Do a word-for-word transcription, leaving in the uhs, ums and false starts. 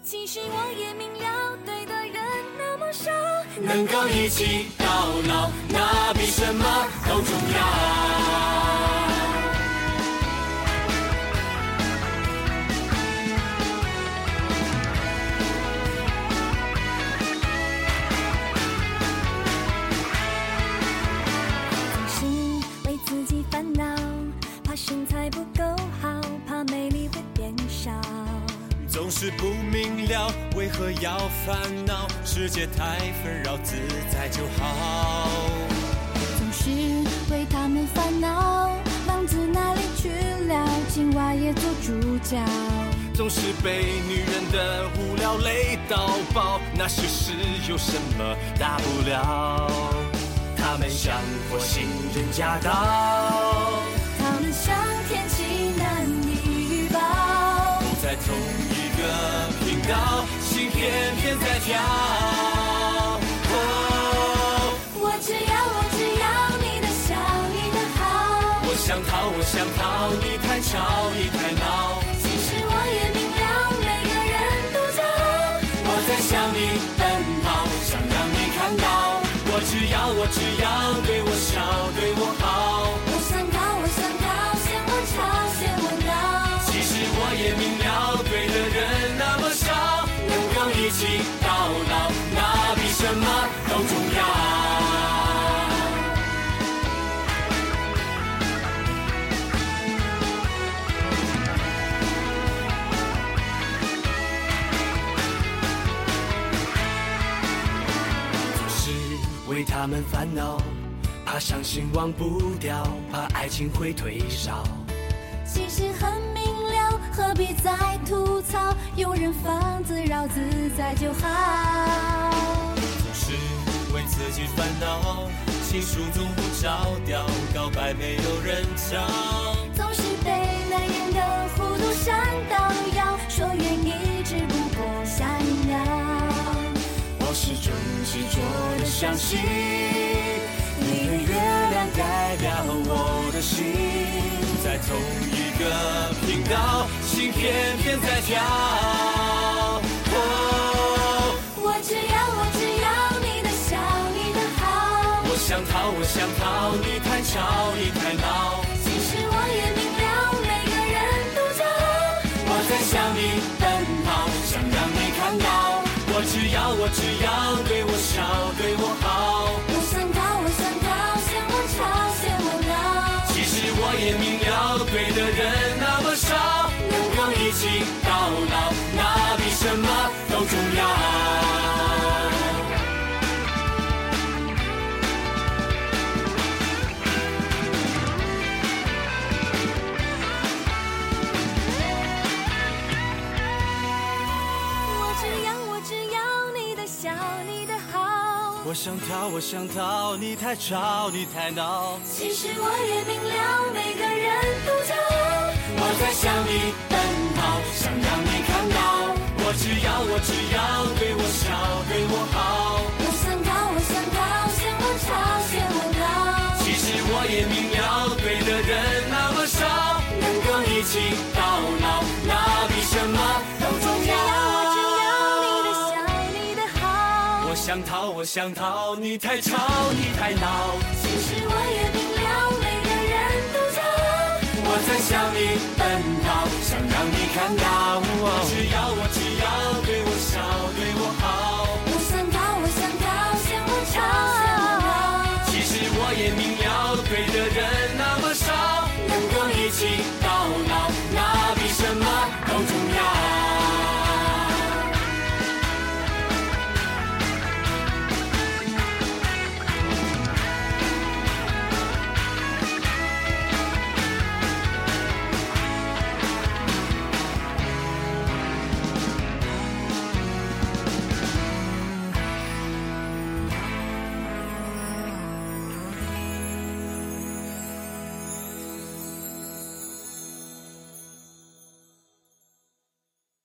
其实我也明了，对的人那么少， 能够一起到老，那比什么都重要。 身材不够好，怕美丽会变少， 总是不明了为何要烦恼，世界太纷扰，自在就好。 总是为他们烦恼，浪子哪里去了，青蛙也做主角。 总是被女人的无聊累到爆，那些事有什么大不了？他们像火星人驾到， 他们像天气难以预报， 不在同一个频道，心偏偏在跳。哦， 我只要我只要你的笑，你的好。 我想逃，我想逃，你太吵，你太闹。 其实我也明了，每个人都骄傲。 我在向你奔跑，想让你看到。我只要，我只要对我笑，对我好。 我想逃，我想逃，嫌我吵，嫌我闹。 其实我也明了，对的人那么少，能够一起到老，那比什么都重要。为他们烦恼，怕伤心忘不掉，怕爱情会退烧。 其实很明了，何必再吐槽？有人放自扰，自在就好。 总是为自己烦恼，情书总不着调，告白没有人抢。 总是被男人的弧度伤到腰，说愿意只不过想要。 我始终执着的相信，你的月亮代表我的心，在同一个频道，心偏偏在跳。哦， 我只要我只要你的笑，你的好。 我想逃，我想逃，你太吵，你太闹。 其实我也明了，每个人都骄傲。 我在向你奔跑，想让你看到。我只要，我只要对我笑，对我好。 我想逃，我想逃，嫌我吵，嫌我闹。 其实我也明了，对的人那么少，能够一起到老，那比什么都重要。我想逃，我想逃，你太吵，你太闹。 其实我也明了，每个人都骄傲。 我在向你奔跑，想让你看到。我只要，我只要对我笑，对我好。 我想逃，我想逃，嫌我吵，嫌我闹。 其实我也明了，对的人那么少，能够一起到老，那比什么都重要。我想逃，我想逃，你太吵，你太闹。 其实我也明了，每个人都骄傲。 我在向你奔跑，想让你看到。我只要，我只